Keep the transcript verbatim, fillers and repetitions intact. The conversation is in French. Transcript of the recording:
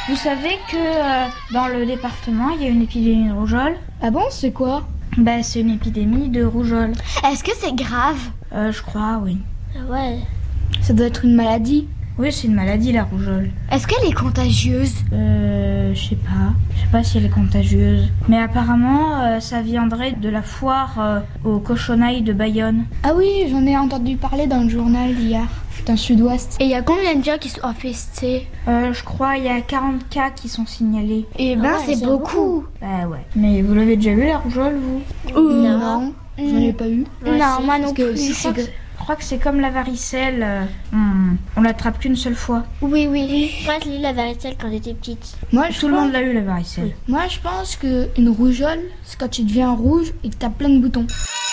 Vous savez que euh, dans le département, il y a une épidémie de rougeole? Ah bon, c'est quoi? Bah, c'est une épidémie de rougeole. Est-ce que c'est grave? Euh, je crois, oui. Ah ouais. Ça doit être une maladie. Oui, c'est une maladie, la rougeole. Est-ce qu'elle est contagieuse? Euh, je sais pas. Je sais pas si elle est contagieuse. Mais apparemment, euh, ça viendrait de la foire euh, aux cochonailles de Bayonne. Ah oui, j'en ai entendu parler dans le journal d'hier, dans le Sud-Ouest. Et il y a combien de gens qui sont infestés? Euh, je crois il y a quarante cas qui sont signalés. Et Ben, ben, c'est beaucoup. Bah ouais. Mais vous l'avez déjà vu, la rougeole, vous? Euh, non, j'en ai pas eu. Ouais, non, si. moi non Parce que plus. si Je crois c'est que- Je crois que c'est comme la varicelle. euh, on, on l'attrape qu'une seule fois. Oui, oui. Moi, je l'ai eu la varicelle quand j'étais petite. Moi, je Tout le pense- monde l'a eu, la varicelle. Moi, je pense qu'une rougeole, c'est quand tu deviens rouge et que t'as plein de boutons.